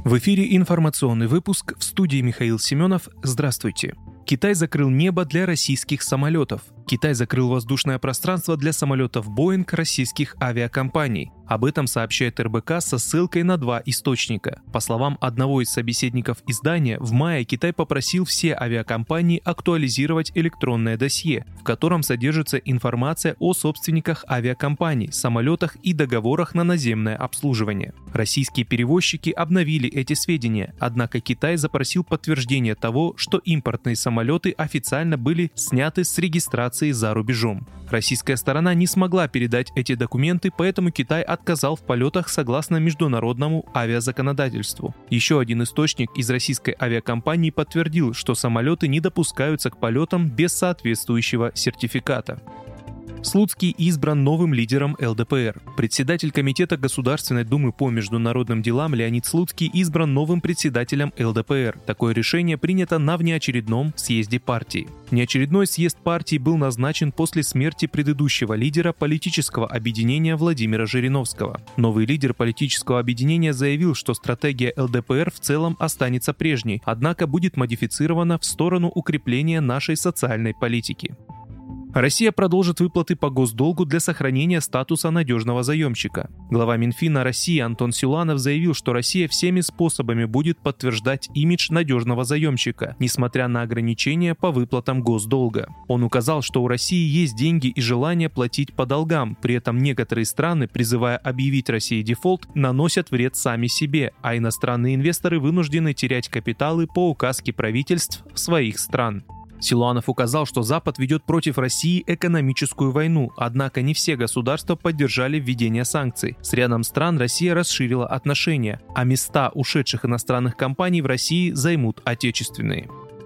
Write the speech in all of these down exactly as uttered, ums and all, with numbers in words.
В эфире информационный выпуск, в студии Михаил Семенов. Здравствуйте. Китай закрыл небо для российских самолетов. Китай закрыл воздушное пространство для самолетов Boeing российских авиакомпаний. Об этом сообщает эр бэ ка со ссылкой на два источника. По словам одного из собеседников издания, в мае Китай попросил все авиакомпании актуализировать электронное досье, в котором содержится информация о собственниках авиакомпаний, самолетах и договорах на наземное обслуживание. Российские перевозчики обновили эти сведения, однако Китай запросил подтверждение того, что импортные самолеты официально были сняты с регистрации за рубежом. Российская сторона не смогла передать эти документы, поэтому Китай отказал в полетах согласно международному авиазаконодательству. Еще один источник из российской авиакомпании подтвердил, что самолеты не допускаются к полетам без соответствующего сертификата. Слуцкий избран новым лидером эл дэ пэ эр. Председатель Комитета Государственной Думы по международным делам Леонид Слуцкий избран новым председателем эл дэ пэ эр. Такое решение принято на внеочередном съезде партии. Внеочередной съезд партии был назначен после смерти предыдущего лидера политического объединения Владимира Жириновского. Новый лидер политического объединения заявил, что стратегия эл дэ пэ эр в целом останется прежней, однако будет модифицирована в сторону укрепления нашей социальной политики. Россия продолжит выплаты по госдолгу для сохранения статуса надежного заемщика. Глава Минфина России Антон Силуанов заявил, что Россия всеми способами будет подтверждать имидж надежного заемщика, несмотря на ограничения по выплатам госдолга. Он указал, что у России есть деньги и желание платить по долгам, при этом некоторые страны, призывая объявить России дефолт, наносят вред сами себе, а иностранные инвесторы вынуждены терять капиталы по указке правительств своих стран. Силуанов указал, что Запад ведет против России экономическую войну, однако не все государства поддержали введение санкций. С рядом стран Россия расширила отношения, а места ушедших иностранных компаний в России займут отечественные.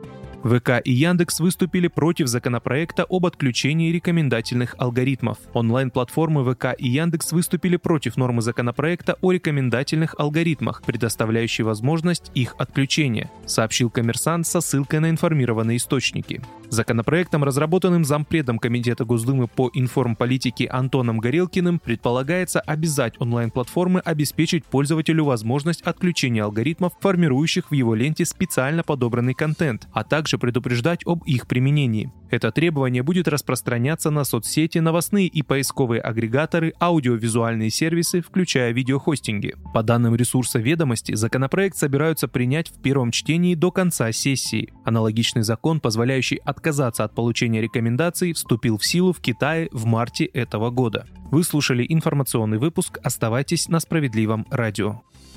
вэ ка и Яндекс выступили против законопроекта об отключении рекомендательных алгоритмов. Онлайн-платформы вэ ка и Яндекс выступили против нормы законопроекта о рекомендательных алгоритмах, предоставляющей возможность их отключения, сообщил «Коммерсант» со ссылкой на информированные источники. Законопроектом, разработанным зампредом Комитета Госдумы по информполитике Антоном Горелкиным, предполагается обязать онлайн-платформы обеспечить пользователю возможность отключения алгоритмов, формирующих в его ленте специально подобранный контент, а также предупреждать об их применении. Это требование будет распространяться на соцсети, новостные и поисковые агрегаторы, аудиовизуальные сервисы, включая видеохостинги. По данным ресурса «Ведомости», законопроект собираются принять в первом чтении до конца сессии. Аналогичный закон, позволяющий отказаться от получения рекомендаций, вступил в силу в Китае в марте этого года. Вы слушали информационный выпуск. Оставайтесь на Справедливом радио.